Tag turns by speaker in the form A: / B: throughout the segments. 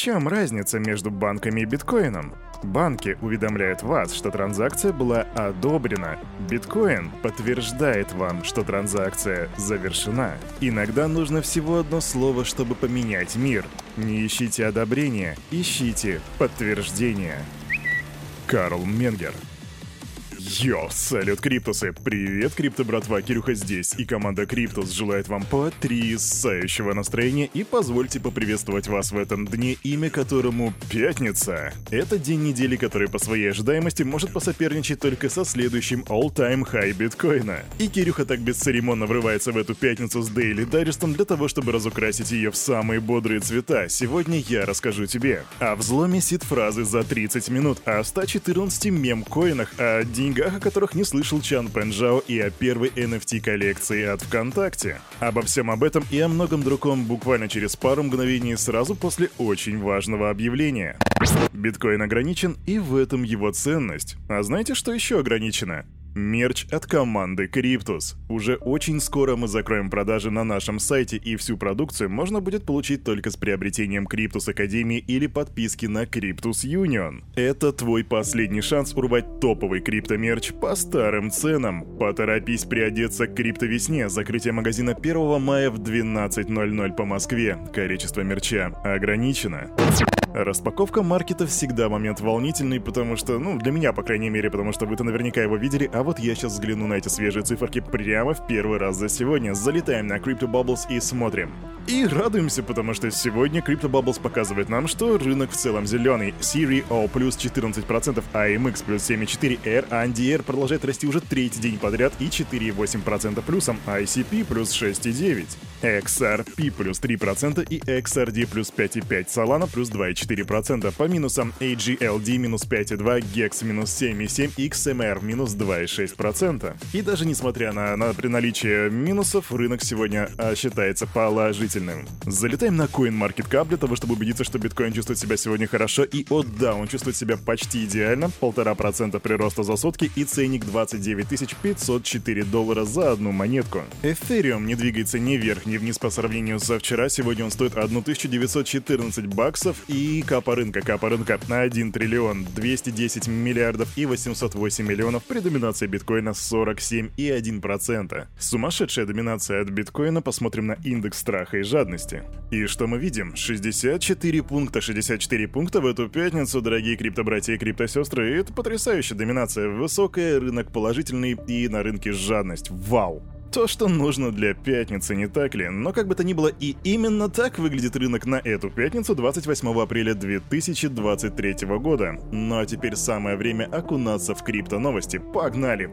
A: чем разница между банками и биткоином? Банки уведомляют вас, что транзакция была одобрена. Биткоин подтверждает вам, что транзакция завершена. Иногда нужно всего одно слово, чтобы поменять мир. Не ищите одобрения, ищите подтверждение. Карл Менгер. Йо, салют, Криптусы! Привет, крипто-братва, Кирюха здесь, и команда Криптус желает вам потрясающего настроения, и позвольте поприветствовать вас в этом дне, имя которому Пятница. Это день недели, который по своей ожидаемости может посоперничать только со следующим all-time high биткоина. И Кирюха так бесцеремонно врывается в эту пятницу с Daily Дайджестом для того, чтобы разукрасить ее в самые бодрые цвета. Сегодня я расскажу тебе о взломе сид-фразы за 30 минут, о 114 мем-коинах, о деньгах, о которых не слышал Чан Пенжао, и о первой NFT-коллекции от ВКонтакте. Обо всем об этом и о многом другом буквально через пару мгновений сразу после очень важного объявления. Биткоин ограничен, и в этом его ценность. А знаете, что еще ограничено? Мерч от команды Криптус. Уже очень скоро мы закроем продажи на нашем сайте, и всю продукцию можно будет получить только с приобретением Криптус Академии или подписки на Криптус Юнион. Это твой последний шанс урвать топовый криптомерч по старым ценам. Поторопись приодеться к криптовесне. Закрытие магазина 1 мая в 12:00 по Москве. Количество мерча ограничено. Распаковка маркета всегда момент волнительный, потому что, для меня, по крайней мере, потому что вы-то наверняка его видели, а вот я сейчас взгляну на эти свежие циферки прямо в первый раз за сегодня. Залетаем на CryptoBubbles и смотрим. И радуемся, потому что сегодня CryptoBubbles показывает нам, что рынок в целом зеленый. Series O плюс 14%, AMX плюс 7,4%, RNDR продолжает расти уже третий день подряд и 4,8% плюсом, ICP плюс 6,9%, XRP плюс 3% и XRD плюс 5,5%, Solana плюс 2,4%, по минусам AGLD минус 5,2%, GEX минус 7,7%, XMR минус 2,6%. И даже несмотря на при наличии минусов, рынок сегодня считается положительным. Залетаем на CoinMarketCap для того, чтобы убедиться, что биткоин чувствует себя сегодня хорошо, и да, он чувствует себя почти идеально, 1,5% прироста за сутки и ценник $29 504 за одну монетку. Ethereum не двигается ни вверх, ни вниз по сравнению со вчера, сегодня он стоит 1914 баксов, и капа рынка на 1 триллион 210 миллиардов и 808 миллионов при доминации биткоина 47,1%. Сумасшедшая доминация от биткоина, посмотрим на индекс страха и жадности. И что мы видим? 64 пункта в эту пятницу, дорогие криптобратья и криптосестры, это потрясающая доминация, высокая, рынок положительный и на рынке жадность. Вау! То, что нужно для пятницы, не так ли? Но как бы то ни было, и именно так выглядит рынок на эту пятницу, 28 апреля 2023 года. Ну а теперь самое время окунаться в крипто-новости. Погнали!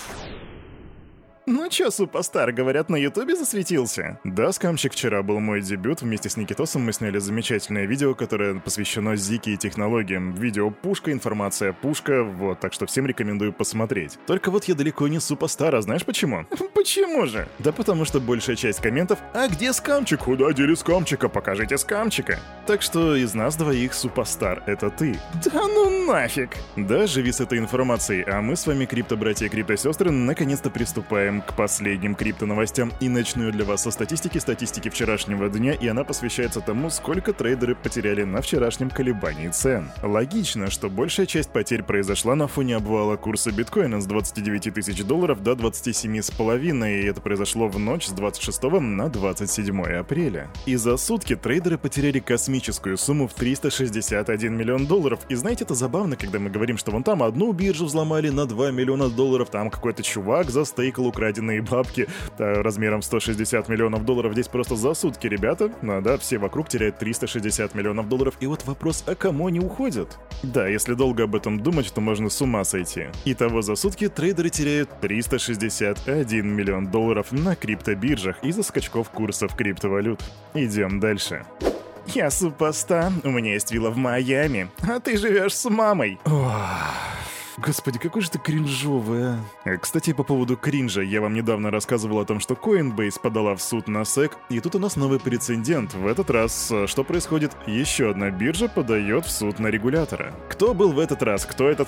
A: Ну чё, супостар, говорят, на ютубе засветился? Да, скамчик, вчера был мой дебют. Вместе с Никитосом мы сняли замечательное видео, которое посвящено Зике и технологиям. Видео пушка, информация пушка, вот, так что всем рекомендую посмотреть. Только вот я далеко не супостар, а знаешь почему? Почему же? Да потому что большая часть комментов: «А где скамчик? Куда дели скамчика? Покажите скамчика!» Так что из нас двоих супостар — это ты. Да ну нафиг! Да, живи с этой информацией, а мы с вами, крипто-братья и криптосестры, наконец-то приступаем к последним крипто-новостям, и начну я для вас со статистики вчерашнего дня, и она посвящается тому, сколько трейдеры потеряли на вчерашнем колебании цен. Логично, что большая часть потерь произошла на фоне обвала курса биткоина с $29 тысяч до 27,5, и это произошло в ночь с 26 на 27 апреля. И за сутки трейдеры потеряли космическую сумму в $361 миллион. И знаете, это забавно, когда мы говорим, что вон там одну биржу взломали на $2 миллиона, там какой-то чувак застейкал украденные бабки размером $160 миллионов. Здесь просто за сутки, ребята. Да, все вокруг теряют $360 миллионов. И вот вопрос, а кому они уходят? Да, если долго об этом думать, то можно с ума сойти. Итого за сутки трейдеры теряют $361 миллион на криптобиржах из-за скачков курсов криптовалют. Идем дальше. Я супостар, у меня есть вилла в Майами, а ты живешь с мамой. Господи, какой же ты кринжовый, а. Кстати, по поводу кринжа, я вам недавно рассказывал о том, что Coinbase подала в суд на SEC, и тут у нас новый прецедент. В этот раз что происходит? Еще одна биржа подает в суд на регулятора. Кто был в этот раз? Кто этот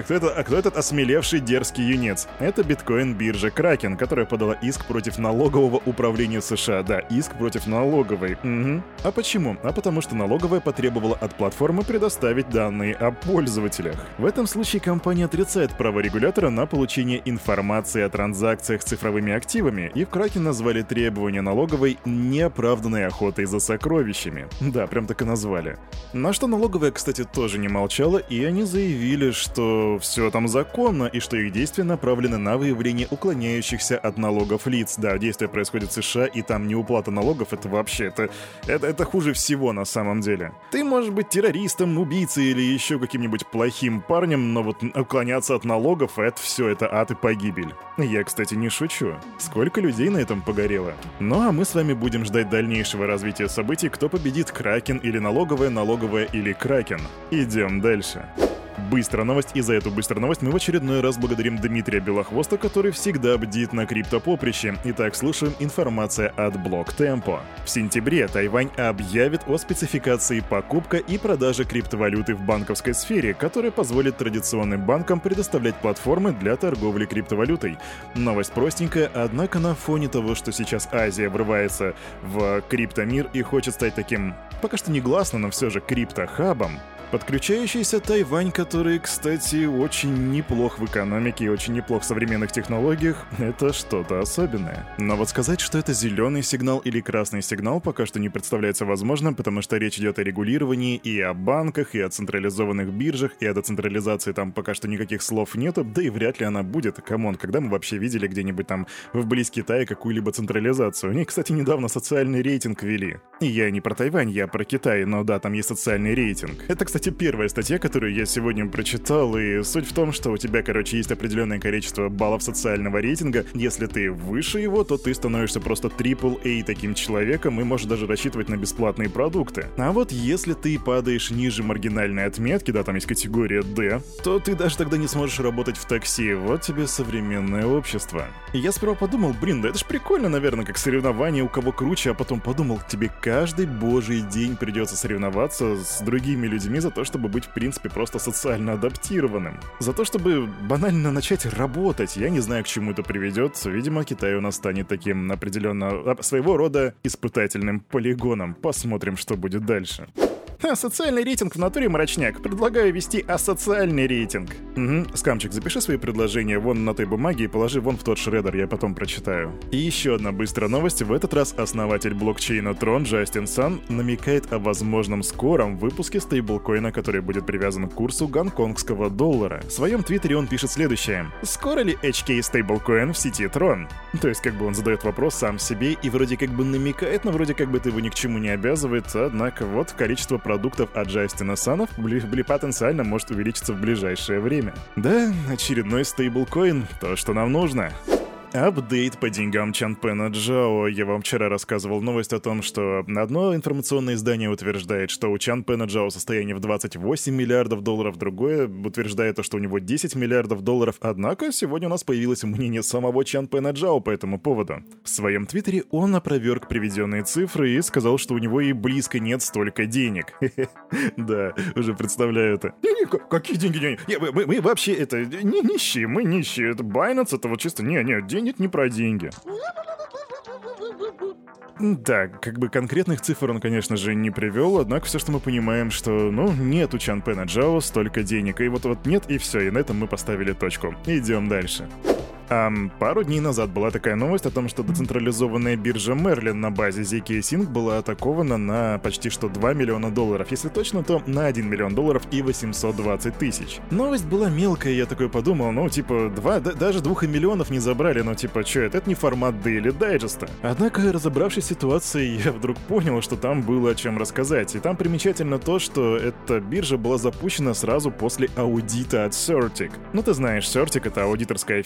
A: осмелевший дерзкий юнец? Это биткоин-биржа Kraken, которая подала иск против налогового управления США. Да, иск против налоговой. Угу. А почему? А потому что налоговая потребовала от платформы предоставить данные о пользователях. В этом случае компания отрицает право регулятора на получение информации о транзакциях с цифровыми активами, и в Kraken назвали требования налоговой неоправданной охотой за сокровищами. Да, прям так и назвали. На что налоговая, кстати, тоже не молчала, и они заявили, что все там законно, и что их действия направлены на выявление уклоняющихся от налогов лиц. Да, действия происходят в США, и там неуплата налогов — это вообще, это хуже всего на самом деле. Ты можешь быть террористом, убийцей или еще каким-нибудь плохим парнем, но вот уклоняться от налогов — это все, это ад и погибель. Я, кстати, не шучу. Сколько людей на этом погорело? Ну а мы с вами будем ждать дальнейшего развития событий, кто победит, Kraken или налоговая или Kraken. Идем дальше. Быстрая новость, и за эту быструю новость мы в очередной раз благодарим Дмитрия Белохвоста, который всегда бдит на криптопоприще. Итак, слушаем информация от Blocktempo. В сентябре Тайвань объявит о спецификации покупка и продажи криптовалюты в банковской сфере, которая позволит традиционным банкам предоставлять платформы для торговли криптовалютой. Новость простенькая, однако на фоне того, что сейчас Азия врывается в криптомир и хочет стать таким, пока что негласно, но все же криптохабом, подключающийся Тайвань, который, кстати, очень неплох в экономике и очень неплох в современных технологиях, это что-то особенное. Но вот сказать, что это зеленый сигнал или красный сигнал, пока что не представляется возможным, потому что речь идет о регулировании и о банках, и о централизованных биржах, и о децентрализации там пока что никаких слов нету, да и вряд ли она будет. Камон, когда мы вообще видели где-нибудь там вблизь Китая какую-либо централизацию? Они, кстати, недавно социальный рейтинг ввели. И я не про Тайвань, я про Китай, но да, там есть социальный рейтинг. Это, кстати, первая статья, которую я сегодня прочитал, и суть в том, что у тебя, есть определенное количество баллов социального рейтинга. Если ты выше его, то ты становишься просто AAA таким человеком и можешь даже рассчитывать на бесплатные продукты. А вот если ты падаешь ниже маргинальной отметки, да, там есть категория D, то ты даже тогда не сможешь работать в такси. Вот тебе современное общество. И я сперва подумал, да это ж прикольно, наверное, как соревнование, у кого круче, а потом подумал, тебе каждый божий день придется соревноваться с другими людьми за то, чтобы быть, в принципе, просто социально адаптированным. За то, чтобы банально начать работать. Я не знаю, к чему это приведет. Видимо, Китай у нас станет таким определенно своего рода испытательным полигоном. Посмотрим, что будет дальше. Социальный рейтинг в натуре мрачняк. Предлагаю вести асоциальный рейтинг. Угу. Скамчик, запиши свои предложения вон на той бумаге и положи вон в тот шредер, я потом прочитаю. И еще одна быстрая новость. В этот раз основатель блокчейна Tron Джастин Сан намекает о возможном скором выпуске стейблкоина, который будет привязан к курсу гонконгского доллара. В своем твиттере он пишет следующее. Скоро ли HK стейблкоин в сети Tron? То есть он задает вопрос сам себе и вроде намекает, но вроде это его ни к чему не обязывает, однако вот количество продуктов от Джастина Сана потенциально может увеличиться в ближайшее время. Да, очередной стейблкоин, то, что нам нужно. Апдейт по деньгам Чанпена Джао. Я вам вчера рассказывал новость о том, что одно информационное издание утверждает, что у Чанпена Джао состояние в 28 миллиардов долларов, другое утверждает, что у него 10 миллиардов долларов. Однако сегодня у нас появилось мнение самого Чанпена Джао по этому поводу. В своем твиттере он опроверг приведенные цифры и сказал, что у него и близко нет столько денег. Да, уже представляю это. Какие деньги? Мы вообще это не нищие, мы нищие. Это Binance, это вот чисто денег не про деньги. Да, конкретных цифр он, конечно же, не привел, однако все, что мы понимаем, что, нет у Чанпена Джао столько денег, и вот нет, и все, и на этом мы поставили точку. Идем дальше. Пару дней назад была такая новость о том, что децентрализованная биржа Merlin на базе ZK Sync была атакована на почти что 2 миллиона долларов. Если точно, то на 1 миллион долларов и 820 тысяч. Новость была мелкая, я такой подумал, даже 2 миллионов не забрали, это не формат Daily Digest. Однако, разобравшись в ситуации, я вдруг понял, что там было о чем рассказать. И там примечательно то, что эта биржа была запущена сразу после аудита от Certic. Ты знаешь, Certic — это аудиторская фирма, которая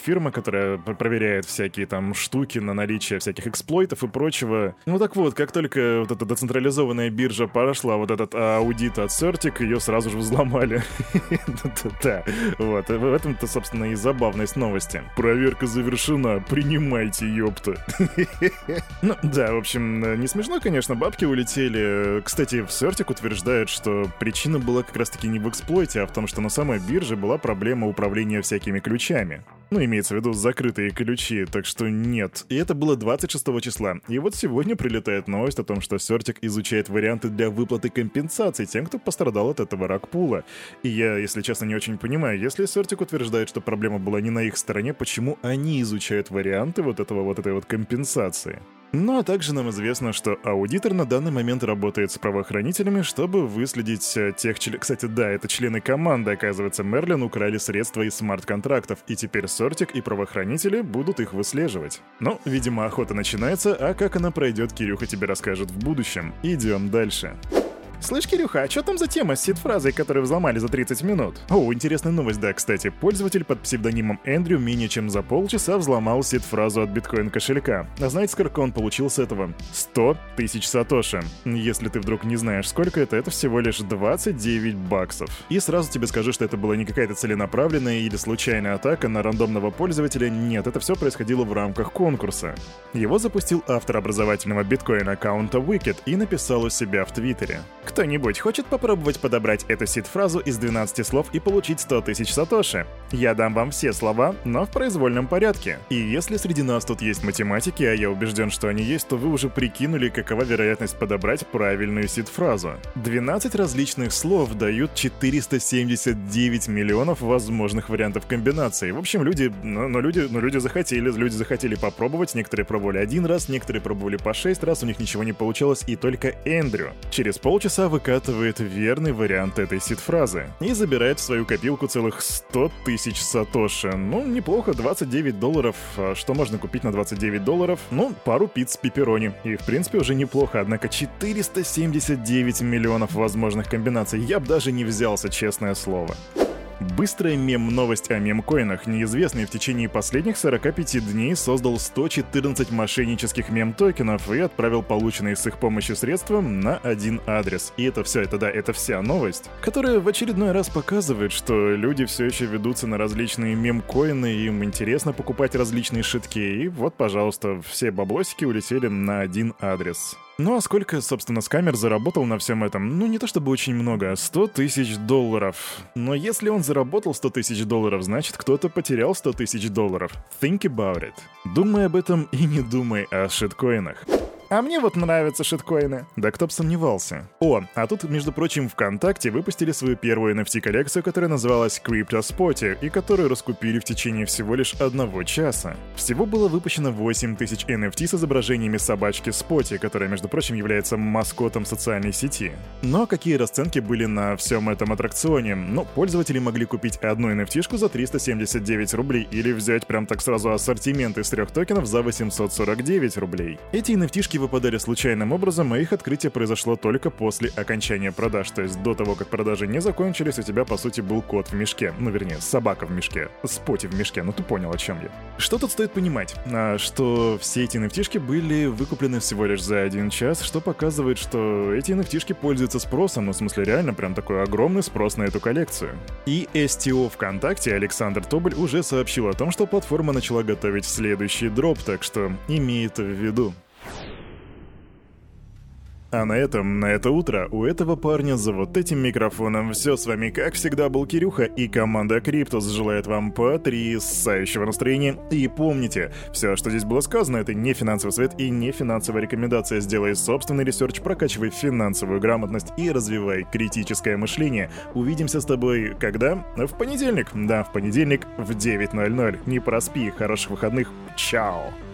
A: которая проверяет всякие там штуки на наличие всяких эксплойтов и прочего. Ну так вот, как только вот эта децентрализованная биржа прошла вот этот аудит от Certic, ее сразу же взломали. Да, вот. В этом-то, собственно, и забавность новости. Проверка завершена, принимайте, ёпта. Ну, да, в общем, не смешно, конечно, бабки улетели. Кстати, в Certic утверждают, что причина была как раз-таки не в эксплойте, а в том, что на самой бирже была проблема управления всякими ключами. Ну, имеется в виду закрытые ключи, так что нет. И это было 26 числа. И вот сегодня прилетает новость о том, что Certic изучает варианты для выплаты компенсаций тем, кто пострадал от этого ракпула. И я, если честно, не очень понимаю, если Certic утверждает, что проблема была не на их стороне, почему они изучают варианты вот этой компенсации? Ну а также нам известно, что аудитор на данный момент работает с правоохранителями, чтобы выследить тех членов... Кстати, да, это члены команды, оказывается, Мерлин украли средства из смарт-контрактов, и теперь Certic и правоохранители будут их выслеживать. Ну, видимо, охота начинается, а как она пройдет, Кирюха тебе расскажет в будущем. Идем дальше. Слышь, Кирюха, а что там за тема с сид-фразой, которую взломали за 30 минут? О, интересная новость, да, кстати. Пользователь под псевдонимом Эндрю менее чем за полчаса взломал сид-фразу от биткоин-кошелька. А знаете, сколько он получил с этого? 100 тысяч сатоши. Если ты вдруг не знаешь, сколько это всего лишь 29 баксов. И сразу тебе скажу, что это была не какая-то целенаправленная или случайная атака на рандомного пользователя. Нет, это все происходило в рамках конкурса. Его запустил автор образовательного биткоин-аккаунта Wicked и написал у себя в Твиттере. Кто-нибудь хочет попробовать подобрать эту сид-фразу из 12 слов и получить 100 тысяч сатоши? Я дам вам все слова, но в произвольном порядке. И если среди нас тут есть математики, а я убежден, что они есть, то вы уже прикинули, какова вероятность подобрать правильную сид-фразу. 12 различных слов дают 479 миллионов возможных вариантов комбинаций. В общем, люди захотели попробовать, некоторые пробовали один раз, некоторые пробовали по 6 раз, у них ничего не получалось, и только Эндрю через полчаса выкатывает верный вариант этой сид-фразы и забирает в свою копилку целых 100 тысяч сатоши. Ну, неплохо, $29. Что можно купить на $29? Ну, пару пиц с пепперони. И, в принципе, уже неплохо, однако 479 миллионов возможных комбинаций. Я бы даже не взялся, честное слово. Быстрая мем-новость о мемкоинах. Неизвестный в течение последних 45 дней создал 114 мошеннических мем-токенов и отправил полученные с их помощью средства на один адрес. И это все, это вся новость, которая в очередной раз показывает, что люди все еще ведутся на различные мемкоины, им интересно покупать различные шитки, и вот, пожалуйста, все баблосики улетели на один адрес. Ну а сколько, собственно, скамер заработал на всем этом? Ну, не то чтобы очень много, $100 тысяч. Но если он заработал $100 тысяч, значит, кто-то потерял $100 тысяч. Think about it. Думай об этом и не думай о шиткоинах. А мне вот нравятся шиткоины. Да кто б сомневался. О, а тут, между прочим, ВКонтакте выпустили свою первую NFT-коллекцию, которая называлась CryptoSpotty, и которую раскупили в течение всего лишь 1 часа. Всего было выпущено 8000 NFT с изображениями собачки Спотти, которая, между прочим, является маскотом социальной сети. Но какие расценки были на всем этом аттракционе? Ну, пользователи могли купить одну NFT-шку за 379 рублей или взять прям так сразу ассортимент из 3 токенов за 849 рублей. Эти NFT-шки выпадали случайным образом, а их открытие произошло только после окончания продаж. То есть до того, как продажи не закончились, у тебя, по сути, был кот в мешке. Ну, вернее, собака в мешке. Спотти в мешке. Ну, ты понял, о чем я. Что тут стоит понимать? Что все эти NFT-шки были выкуплены всего лишь за 1 час, что показывает, что эти NFT-шки пользуются спросом. Ну, в смысле, реально прям такой огромный спрос на эту коллекцию. И STO ВКонтакте Александр Тоболь уже сообщил о том, что платформа начала готовить следующий дроп, так что имей это в виду. А на это утро у этого парня за вот этим микрофоном все. С вами, как всегда, был Кирюха, и команда Криптус желает вам потрясающего настроения. И помните, все, что здесь было сказано, это не финансовый совет и не финансовая рекомендация. Сделай собственный ресерч, прокачивай финансовую грамотность и развивай критическое мышление. Увидимся с тобой когда? В понедельник. Да, в понедельник в 9:00. Не проспи. Хороших выходных. Чао.